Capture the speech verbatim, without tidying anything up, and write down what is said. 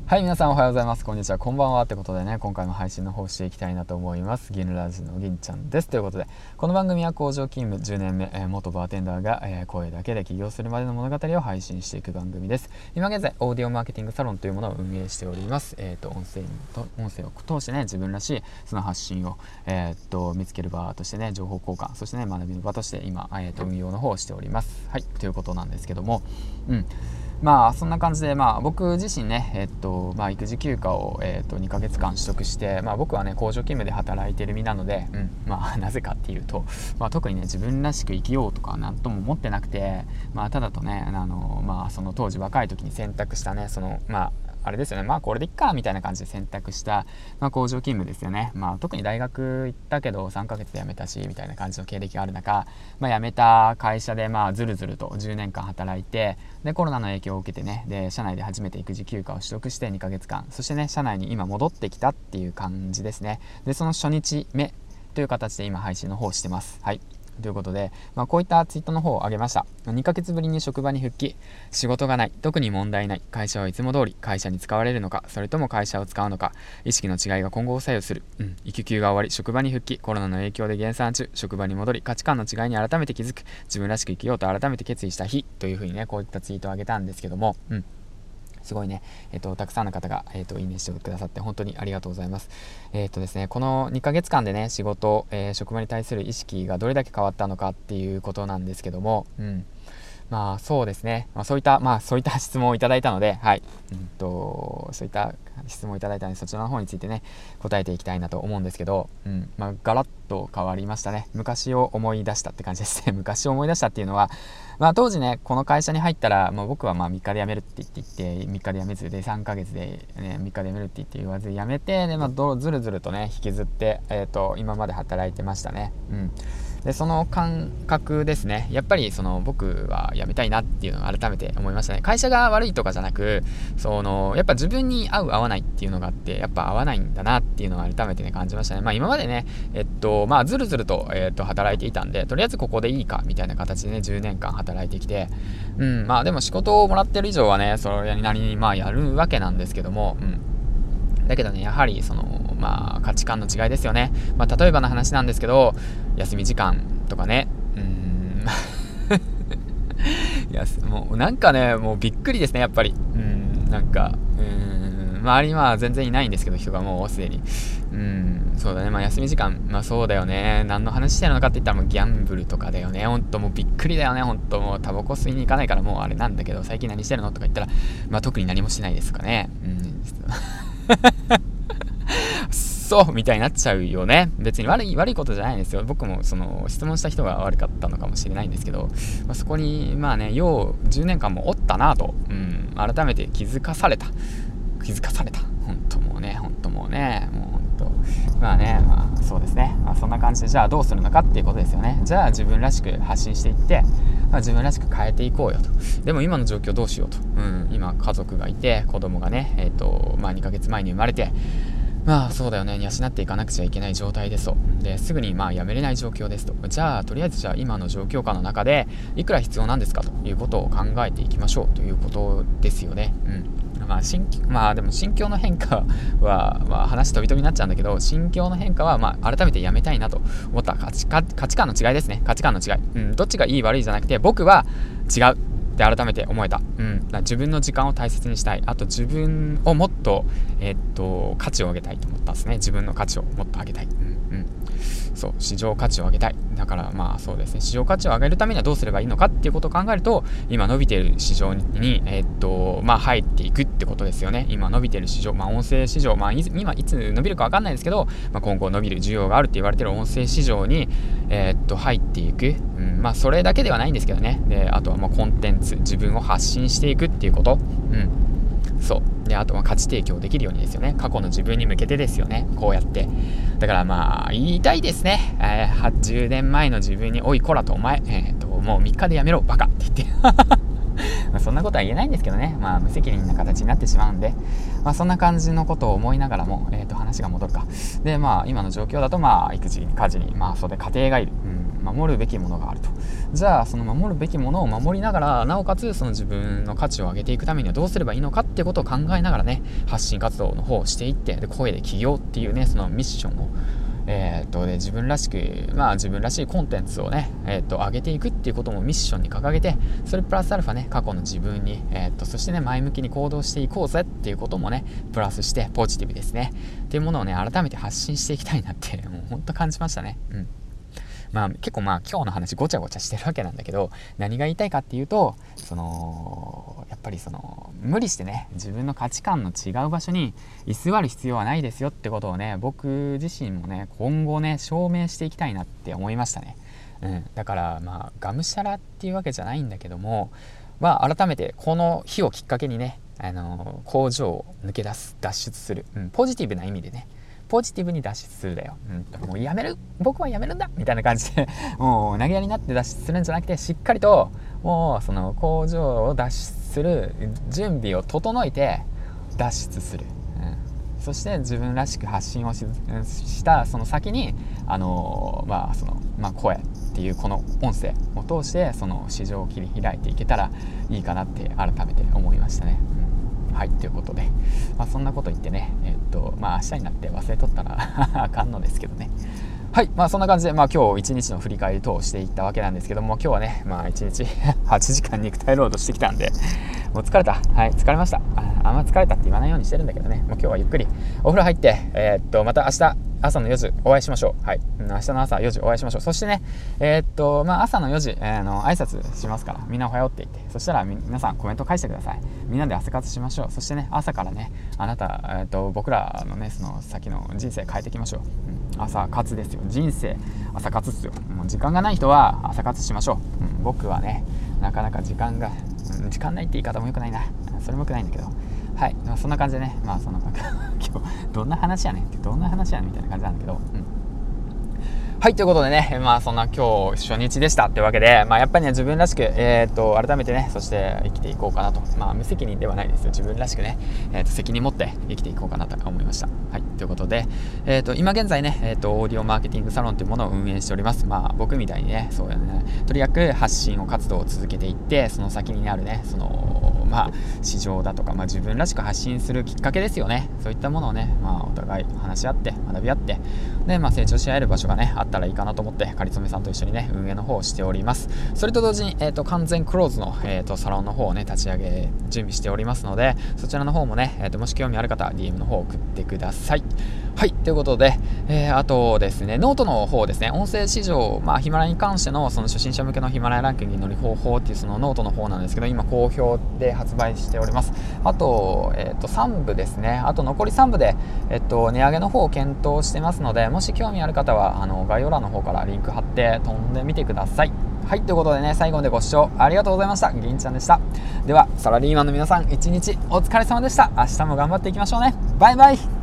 はい、皆さんおはようございます。こんにちは、こんばんはってことでね、今回も配信の方していきたいなと思います。銀ラジの銀ちゃんです。ということで、この番組は工場勤務じゅうねんめ、えー、元バーテンダーが、えー、声だけで起業するまでの物語を配信していく番組です。今現在オーディオマーケティングサロンというものを運営しております。えー、と音声と音声を通してね、自分らしいその発信を、えー、と見つける場としてね、情報交換、そしてね、学びの場として今、えー、と運用の方をしております。はい、ということなんですけども、うんまあそんな感じで、まあ、僕自身ね、えっとまあ、育児休暇を、えっと、にかげつかん取得して、まあ、僕はね工場勤務で働いている身なので、うんまあ、なぜかっていうと、まあ、特にね自分らしく生きようとかなんとも思ってなくて、まあ、ただとねあの、まあ、その当時若い時に選択したねそのまああれですよねまあこれでいっかみたいな感じで選択した、まあ、工場勤務ですよね。まあ特に大学行ったけどさんかげつで辞めたしみたいな感じの経歴がある中、まあ、辞めた会社でまあずるずるとじゅうねんかん働いて、でコロナの影響を受けてね、で社内で初めて育児休暇を取得してにかげつかん、そしてね社内に今戻ってきたっていう感じですね。でその初日目という形で今配信の方をしてます。はいということで、まあ、こういったツイートの方を上げました。にかげつぶりに職場に復帰、仕事がない、特に問題ない、会社はいつも通り会社に使われるのか、それとも会社を使うのか、意識の違いが今後を左右する、うん、育休が終わり職場に復帰、コロナの影響で減産中、職場に戻り価値観の違いに改めて気づく、自分らしく生きようと改めて決意した日というふうにねこういったツイートを上げたんですけども、うんすごいね、えっと、たくさんの方が、えっと、いいねしてくださって本当にありがとうございます。えっとですね、このにかげつかんでね、仕事、えー、職場に対する意識がどれだけ変わったのかっていうことなんですけども、うん、まあそうですね、まあ、そういった、まあそういった質問をいただいたので、はい、うんと、そういった質問をいただいたので、そちらの方についてね、答えていきたいなと思うんですけど、うん、まあガラッと変わりましたね。昔を思い出したって感じですね。昔を思い出したっていうのは、まあ当時ね、この会社に入ったら、まあ、僕はまあみっかで辞めるって言って言って、みっかで辞めずでさんかげつで、ね、みっかで辞めるって言って言わず辞めて、で、まあどずるずるとね、引きずって、えっと、今まで働いてましたね。うん。でその感覚ですね。やっぱりその僕は辞めたいなっていうのを改めて思いましたね。会社が悪いとかじゃなく、そのやっぱ自分に合う合わないっていうのがあって、やっぱ合わないんだなっていうのを改めてね感じましたね。まあ今までねえっとまあずるずるとえっと働いていたんで、とりあえずここでいいかみたいな形でねじゅうねんかん働いてきて、うんまあでも仕事をもらってる以上はねそれなりにまあやるわけなんですけども、うんだけどねやはりそのまあ価値観の違いですよね。まあ例えばの話なんですけど、休み時間とかね、うーんいやもうなんかねもうびっくりですねやっぱり。うんなんかうーん周りには全然いないんですけど、人がもうすでにうんそうだねまあ休み時間まあそうだよね、何の話してるのかって言ったらもうギャンブルとかだよね。ほんともうびっくりだよね。ほんともうタバコ吸いに行かないからもうあれなんだけど、最近何してるのとか言ったらまあ特に何もしてないですかね。うんそうみたいになっちゃうよね。別に悪い悪いことじゃないんですよ。僕もその質問した人が悪かったのかもしれないんですけど、まあ、そこにまあねようじゅうねんかんもおったなと、うん、改めて気づかされた気づかされた本当もうね本当もうねもう本当まあねまあそうですね、まあ、そんな感じでじゃあどうするのかっていうことですよね。じゃあ自分らしく発信していって、まあ、自分らしく変えていこうよと。でも今の状況どうしようと、うん、今家族がいて子供がねえっとまあにかげつまえに生まれて、まあそうだよね養っていかなくちゃいけない状態ですと。ですぐにまあやめれない状況ですと。じゃあとりあえずじゃあ今の状況下の中でいくら必要なんですかということを考えていきましょうということですよね。うんまあ心まあでも心境の変化は、まあ、話飛び飛びになっちゃうんだけど、心境の変化はまあ改めてやめたいなと思った価値価値観の違いですね。価値観の違い、うん、どっちがいい悪いじゃなくて僕は違うって改めて思えた、うん、自分の時間を大切にしたい、あと自分をもっと、えー、っと価値を上げたいと思ったんですね。自分の価値をもっと上げたい、うんうん、そう市場価値を上げたい。だからまあそうですね市場価値を上げるためにはどうすればいいのかっていうことを考えると、今伸びている市場に、えー、っとまあ入っていくってことですよね。今伸びている市場、まあ音声市場、まあ今いつ伸びるか分かんないですけど、まあ、今後伸びる需要があるって言われている音声市場に、えー、っと入っていく、うん、まあそれだけではないんですけどね。であとはまあコンテンツ、自分を発信していくっていうこと、うんそうであとは価値提供できるようにですよね。過去の自分に向けてですよね。こうやってだからまあ言いたいですね、えー、じゅうねんまえの自分においこらとお前、えー、ともうみっかでやめろバカって言ってまあ、そんなことは言えないんですけどね、まあ、無責任な形になってしまうんで、まあ、そんな感じのことを思いながらも、えー、と話が戻るかで、まあ、今の状況だと、まあ、育児に家事に、まあ、それで家庭がいる、うん、守るべきものがあると。じゃあその守るべきものを守りながら、なおかつその自分の価値を上げていくためにはどうすればいいのかっていうことを考えながらね、発信活動の方をしていって、で声で起業っていうね、そのミッションをえー、っとで自分らしく、まあ、自分らしいコンテンツをね、えー、っと上げていくっていうこともミッションに掲げて、それプラスアルファね、過去の自分に、えー、っとそしてね、前向きに行動していこうぜっていうこともね、プラスしてポジティブですねっていうものをね、改めて発信していきたいなってもう本当感じましたね。うんまあ、結構まあ今日の話ごちゃごちゃしてるわけなんだけど、何が言いたいかっていうと、そのやっぱりその無理してね、自分の価値観の違う場所に居座る必要はないですよってことをね、僕自身もね、今後ね証明していきたいなって思いましたね。うん、だからまあがむしゃらっていうわけじゃないんだけども、まあ改めてこの日をきっかけにね、あの工場を抜け出す、脱出する、うん、ポジティブな意味でね、ポジティブに脱出するだよ、うん、もうやめる、僕はやめるんだみたいな感じでもう投げやりになって脱出するんじゃなくて、しっかりともうその工場を脱出する準備を整えて脱出する、うん、そして自分らしく発信を し, したその先にあの、まあそのまあ、声っていうこの音声を通してその市場を切り開いていけたらいいかなって改めて思いましたね。はい、ということで、まあ、そんなこと言ってね、えー、っとまあ明日になって忘れとったらあかんのですけどね。はい、まあそんな感じで、まあ、今日一日の振り返り等をしていったわけなんですけども、今日はね、まあ一日はちじかん肉体労働してきたんで、もう疲れた、はい、疲れました。 あ, あんま疲れたって言わないようにしてるんだけどね、もう今日はゆっくりお風呂入って、えー、っとまた明日朝のよじお会いしましょう。はい、明日の朝よじお会いしましょう。そしてね、えー、っとまあ朝のよじ、えー、の挨拶しますから、みんなおはようって言って、そしたら皆さんコメント返してください。みんなで朝活しましょう。そしてね、朝からね、あなた、えー、っと僕らのね、その先の人生変えていきましょう。うん、朝活ですよ。人生朝活っすよ。もう時間がない人は朝活しましょう。うん、僕はね、なかなか時間が、うん、時間ないって言い方も良くないな。それも良くないんだけど。はい、まあ、そんな感じでね、まあその今日どんな話やねんってどんな話やねんみたいな感じなんだけど、うん、はい、ということでね、まあそんな今日初日でしたってわけで、まあやっぱりね、自分らしく、えー、っと改めてね、そして生きていこうかなと、まあ無責任ではないですよ、自分らしくね、えー、っと責任持って生きていこうかなと思いました。はい、ということで、えー、っと今現在ね、えー、っとオーディオマーケティングサロンというものを運営しております。まあ僕みたいにね、そうやね、とにかく発信を活動を続けていって、その先にあるね、そのまあ市場だとか、まあ自分らしく発信するきっかけですよね。そういったものをね、まあお互い話し合って学び合って、でまあ成長し合える場所がねあったらいいかなと思って、かりそめさんと一緒にね運営の方をしております。それと同時に、えー、と完全クローズの、えー、とサロンの方をね立ち上げ準備しておりますので、そちらの方もね、えー、ともし興味ある方は ディーエム の方を送ってください。はい、ということで、えー、あとですね、ノートの方ですね、音声市場、まあヒマラヤに関してのその初心者向けのヒマラヤランキングに乗る方法っていうそのノートの方なんですけど、今好評で発売しております。あと、えー、とさん部ですね、あと残りさん部で、えー、と値上げの方を検討してますので、もし興味ある方はあの概要欄の方からリンク貼って飛んでみてください。はい、ということでね、最後までご視聴ありがとうございました。銀ちゃんでした。ではサラリーマンの皆さん、一日お疲れ様でした。明日も頑張っていきましょうね。バイバイ。